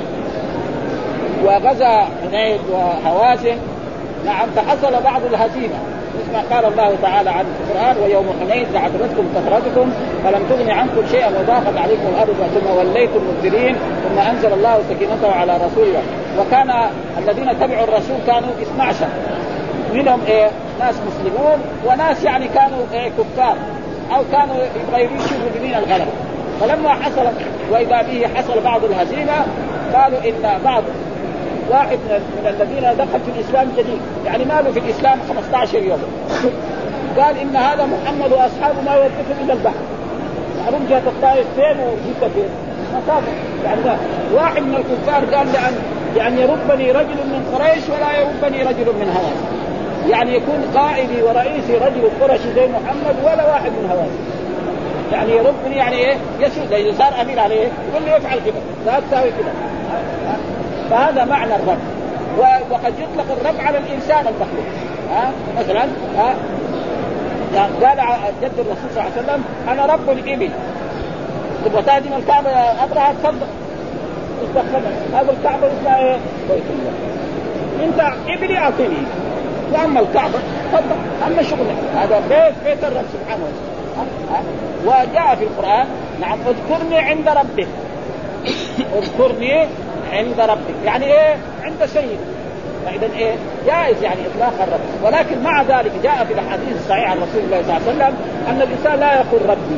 وغزا حنين وهوازن، نعم، فحصل بعض الهزيمة مثل ما قال الله تعالى عن القرآن: ويوم حنين فأعجبتكم كثرتكم فلم تغن عنكم شيئا وضاقت عليكم الأرض ثم وليتم مدبرين ثم أنزل الله سكينته على رسوله. وكان الذين تبعوا الرسول كانوا 12 منهم ناس مسلمون وناس يعني كانوا كفار أو كانوا يبغوا يشوفوا بمين الغلبة. فلما حصل وإذا به حصل بعض الهزيمة قالوا إن بعض واحد من الذين دخل في الإسلام جديد يعني ما له في الإسلام 15 يوم قال إن هذا محمد وأصحابه ما يوقفون إلى البحر، معلوم جهة الطائف فين وجدة فين مسافة. يعني واحد من الكفار قال يعني يربني رجل من قريش ولا يربني رجل من هوازن، يعني يكون قائدي ورئيسي رجل قرشي زي محمد ولا واحد من هوازن، يعني يربني يعني إيه يسود إذا صار أمير عليه يقول لي افعل كذا لا تساوي كذا. فهذا معنى الرب. وقد يطلق الرب على الإنسان المخلوق. مثلا قال جد الرسول صلى الله عليه وسلم: أنا رب الإبل. تبغى تهدم الكعبة أبرهة تفضل هذا الكعبة اسمها إيه؟ بيت الله. أنت إبلي أعطيني، وأما الكعبة تفضل، أما شغلك هذا بيت الرب سبحانه وتعالى. وجاء في القرآن: نعم اذكرني عند ربك، اذكرني عند ربك يعني ايه عند سيد. فاذا ايه جائز يعني اطلاق الرب، ولكن مع ذلك جاء في الاحاديث الصحيحه عن رسول الله صلى الله عليه وسلم ان الانسان لا يقول ربي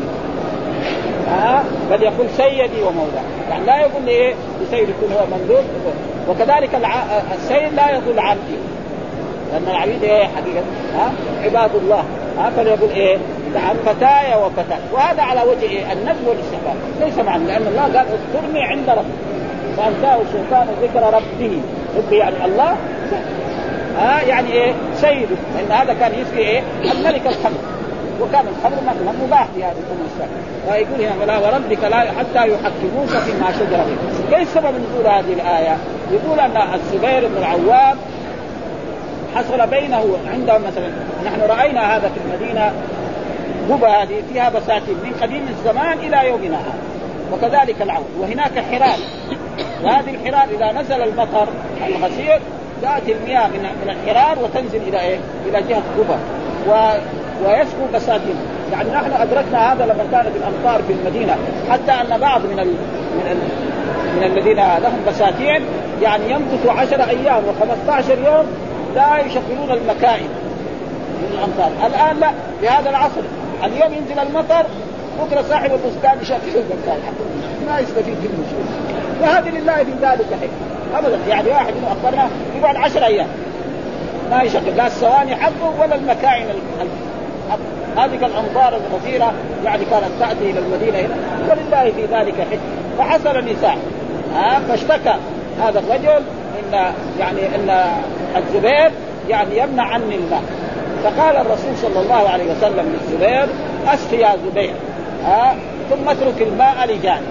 بل يقول سيدي ومولاي، يعني لا يقول ايه لسيد يكون هو مملوك. وكذلك السيد لا يقول عبدي، لان العبيد ايه حقيقه عباد الله، فليقول ايه نعم فتايا وفتاة. وهذا على وجه إيه؟ النفي والاستحباب، ليس معنى، لأن الله قال اذكرني عند ربي فأنساه الشيطان ذكر ربه، ربي يعني الله يعني إيه سيده، لأن هذا كان يسقي إيه الملك الخمر، وكان الخمر مباح في هذه الإسلام. ويقول هنا: ولا وربك لا حتى يحكموك فيما شجر بينهم. ايش سبب نزول هذه الآية؟ يقول أن الزبير بن العوام حصل بينه عندهم مثلا، نحن رأينا هذا في المدينة قبة هذه فيها بساتين من قديم الزمان إلى يومنا هذا، وكذلك العود، وهناك حرار، وهذه الحرار إذا نزل المطر الغزير تأتي المياه من الحرار وتنزل إلى إيه؟ إلى جهة قبة ويسقوا بساتين. يعني نحن أدركنا هذا لما كانت الأمطار في المدينة، حتى أن بعض من الذين لهم بساتين يعني يمكثوا 10 أيام و15 يوم لا يشغلون المكائن من الأمطار. الآن لا، بهذا العصر اليوم ينزل المطر بكرة صاحب البستان يشغل المكائن ما يستفيد منه شيء. وهذه لله في ذلك حكمة أبدا. يعني واحد من أخبرنا يقعد 10 أيام ما يشغل لا الصواني حقه ولا المكائن هذه الأمطار الغزيرة يعني كانت تأتي إلى المدينة هنا، ولله في ذلك حكمة. فحصل النساء فاشتكى هذا الرجل إن الزبير يعني يمنع عني الماء، فقال الرسول صلى الله عليه وسلم للزبير: أسقي يا زبير ثم اترك الماء لجانب،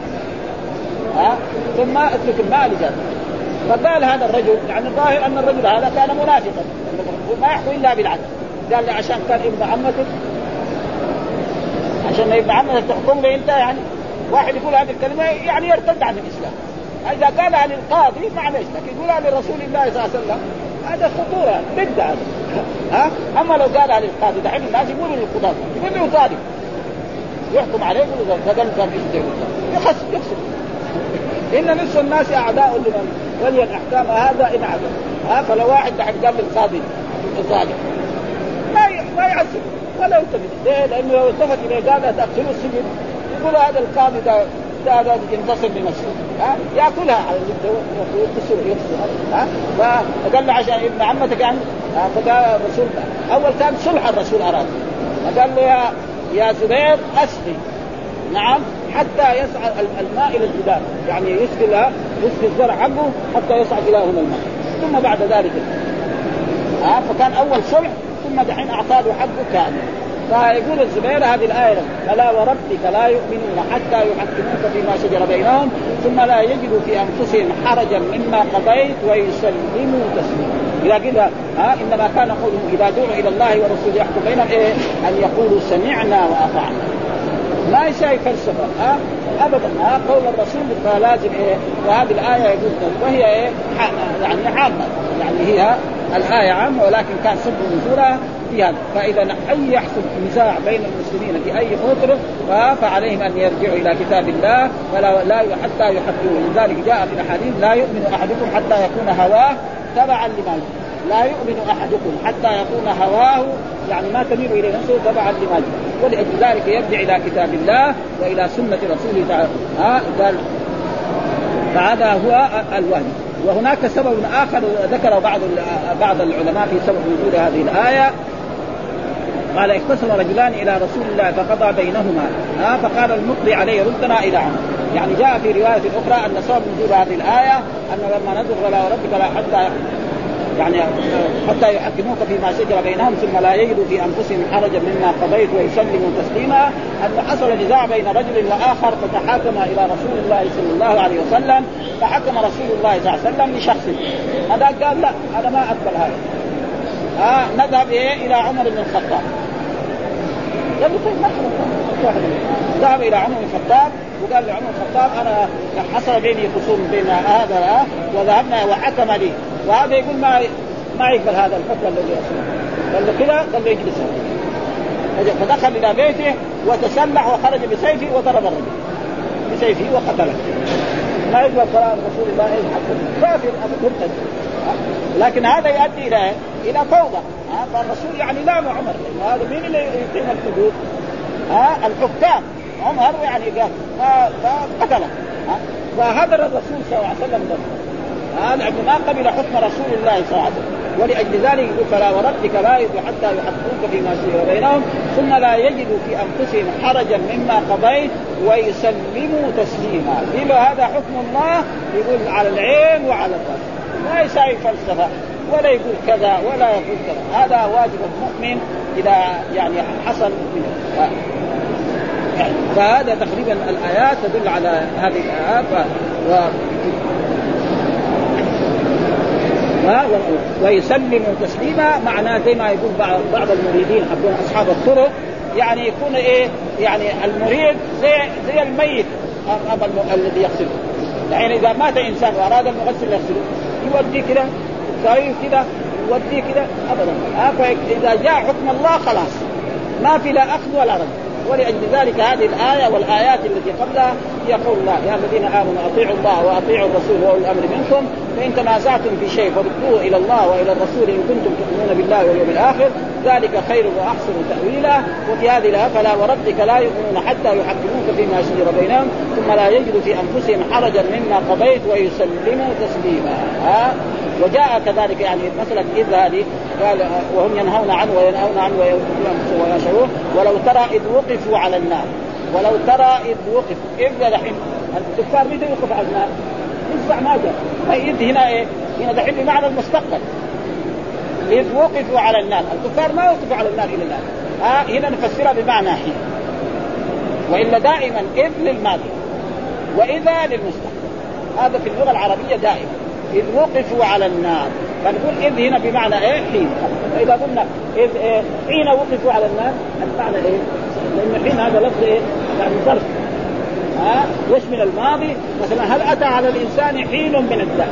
ثم اترك الماء لجانب. فقال هذا الرجل، يعني الظاهر أن الرجل هذا كان منافقا ما يحكم إلا بالعدل، قال لي عشان كان ابن عمتك، عشان ابن عمتك تحكم لي أنت، يعني واحد يقول هذه الكلمة يعني يرتد عن الإسلام. إذا قالها للقاضي معلش، لكن يقولها لرسول الله صلى الله عليه وسلم هذا خطورة ضد هذا. أما لو قالها للقاضي دحين الناس يقولوا للقضاة يقول له ظالم يحكم عليه يقول له فقال يخسر إن نصف الناس أعداء لمن ولي الأحكام هذا إن عدل. فلو واحد دحين قال للقاضي ظالم ما يعذب ولا يلتفت ليه؟ لأنه لو التفت إليه قال تقتلوا السجن يقول هذا القاضي ده ينتصر لنفسه يأكلها على فقال له عشان ابن عمتك يعني. فقال الرسول أول كان صلح الرسول أراد، فقال له يا زبير أسقي نعم حتى يصعد الماء إلى الجدار، يعني يسقي الزرع حقه حتى يصعد إلى هنا الماء، ثم بعد ذلك فكان أول صلح ثم دحين أعطاه حقه كامل. فيقول الزبير هذه الآية: فلا وربك لا يؤمنون حتى يحكموك فيما شجر بينهم ثم لا يجدوا في أنفسهم حرجا مما قضيت ويسلموا تسليما. إذا قيل إنما كان قولهم إذا دعوا إلى الله ورسوله يحكم بينهم أن يقولوا سمعنا وأطعنا، لا شيء فلسفة أبدا. قول الرسول فلازم وهذه الآية يقول وهي يعني عامة، يعني هي الآية عامة ولكن كان سبب نزولها في هذا. فإذا أي يحصل نزاع بين المسلمين في أي خطر فعليهم أن يرجعوا إلى كتاب الله لا حتى يحكموا. لذلك جاء في الأحاديث: لا يؤمن أحدكم حتى يكون هواه تبعا لما لا يؤمن أحدكم حتى يكون هواه، يعني ما تميل إلى نفسه تبعا لما ولأجل ذلك يرجع إلى كتاب الله وإلى سنة رسوله تعالى. فهذا هو الواجب. وهناك سبب آخر ذكره بعض العلماء في سبب نزول هذه الآية. قال: اختصم رجلان إلى رسول الله فقضى بينهما فقال المقضي عليه: ردنا إلى عمر. يعني جاء في رواية أخرى أن سبب نزول هذه الآية أن لما نزل فلا وربك لا حتى يحكموك فيما شجر بينهم ثم لا يجدوا في أنفسهم حرجا مما قضيت ويسلموا تسليما، أن حصل نزاع بين رجل وآخر فتحاكم إلى رسول الله صلى الله عليه وسلم، فحكم رسول الله صلى الله عليه وسلم لشخص. هذا قال: لا أنا ما أقبل هذا، نذهب إلى عمر بن الخطاب. قال له: طيب ذهب إلى عمر بن الخطاب وقال لعمر الخطاب: أنا حصل بيني خصوم بين هذا وذهبنا وحكم لي، وهذا يقول ما يقبل هذا الفتوى الذي يصير. قال له كذا، قال له: يجلس. فدخل إلى بيته وتسلح وخرج بسيفه وضرب الرجل بسيفه وقتله. ما يقبل قرار رسول الله كافر مرتد. لكن هذا يؤدي إلى فوضى. فالرسول يعني لا عمر، هذا مين اللي يقيم الحدود؟ الحكام. عمر يعني قال فقتله. فهدر الرسول صلى الله عليه وسلم لأنه ما قبل حكم رسول الله صلى الله عليه وسلم. ولأجل ذلك يقول: فلا وربك لا يجدوا حتى يحكموك فيما شجر بينهم ثم لا يجدوا في أنفسهم حرجا مما قضيت ويسلموا تسليما. إذا هذا حكم الله يقول على العين وعلى الرأس، لا يساوي فلسفة ولا يقول كذا ولا يقول كذا. هذا واجب المؤمن إذا يعني حصل منه. فهذا تقريبا الآيات تدل على هذه الآيات. ويسلم تسليما معناه زي ما يقول بعض المريدين حقون أصحاب الطرق، يعني يكون يعني المريد زي الميت الذي يغسله. يعني إذا مات إنسان وأراد المغسل يغسله يوديه كده يساويه كده يوديه كده أبدا. فإذا جاء حكم الله خلاص ما في لا أخذ ولا رد. ولأجل ذلك هذه الآية والآيات التي قبلها هي قول الله: يا الذين آمنوا أطيعوا الله وأطيعوا الرسول وأولي الأمر منكم فإن تنازعتم في شيء فردوه إلى الله وإلى الرسول إن كنتم تؤمنون بالله واليوم الآخر ذلك خير وأحسن تأويلا. وفي هذه الآية: فلا وربك لا يؤمنون حتى يحكموك فيما شجر بينهم ثم لا يجدوا في أنفسهم حرجا مما قضيت ويسلموا تسليما. وجاء كذلك يعني مثلا إذ هذه قال: وهم ينهون عنه وينهون عنه ويأمرون ويشعرون ولو ترى إذ وقفوا على النار. ولو ترى إذ وقفوا إذ دحين الكفار متى يوقف على النار؟ يسمع ما جاء. فإذ هنا هنا دحين بمعنى المستقبل. إذ وقفوا على النار، الكفار ما وقفوا على النار إلى الآن. هنا نفسرها بمعنى حين، وإلا دائما إذ للماضي وإذا للمستقبل. هذا في اللغة العربية دائما إذ وقفوا على النار، فنقول إذ هنا بمعنى حين. فإذا قلنا إذ حين وقفوا على النار المعنى لأن حين هذا لفظ يعني ظرف يشمل الماضي. مثلا: هل أتى على الإنسان حين من الدهر؟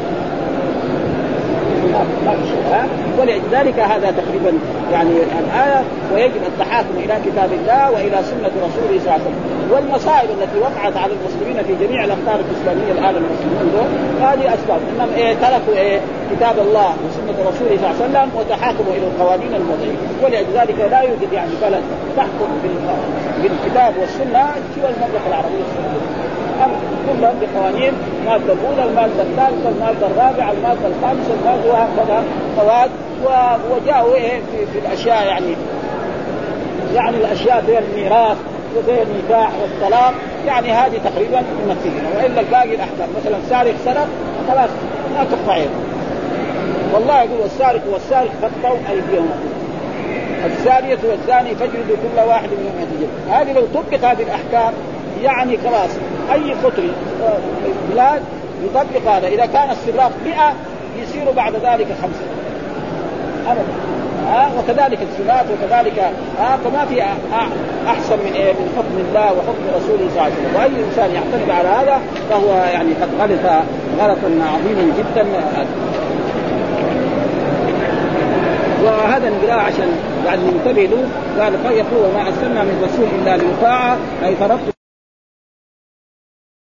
ولذلك هذا تقريبا يعني الآية. ويجب التحاكم إلى كتاب الله وإلى سنة رسوله صلى الله عليه وسلم. والمصائب التي وقعت على المسلمين في جميع الأقطار الإسلامية الآن المسلمين دول هذه أسباب إنهم تركوا كتاب الله وسنة رسوله صلى الله عليه وسلم وتحاكموا إلى القوانين الوضعية. ولذلك لا يوجد يعني بلد تحكم بالكتاب والسنة سوى المملكة العربية السعودية. كلهم بقوانين المادة الأولى، المادة الثالثة، المادة الرابعة، المادة الخامسة، المادة وهكذا مواد. وجاءوا في الأشياء يعني الأشياء زي الميراث وزي النكاح والطلاق، يعني هذه تقريبا ممثلين. وإلا الباقي الأحكام مثلا سارق سرق خلاص ما تقطع يده والله يقول والسارق والسارق فاقطعوا أيديهم الزانية والزاني فاجلدوا كل واحد منهم يتجلد. هذه لو طبق هذه الأحكام يعني خلاص أي خطر بلاد يطبق هذا. إذا كان السراق 100 يصير بعد ذلك 5 أبدا. وكذلك السنات وكذلك فما في أحسن من من حكم الله وحكم رسوله صلى الله عليه وسلم. وأي إنسان يعتمد على هذا فهو يعني قد غلط غلطا عظيما جدا. وهذا نقرأ عشان يعني ننتبه له. قال فيقول وما أرسلنا من رسول إلا ليطاع أي فرضت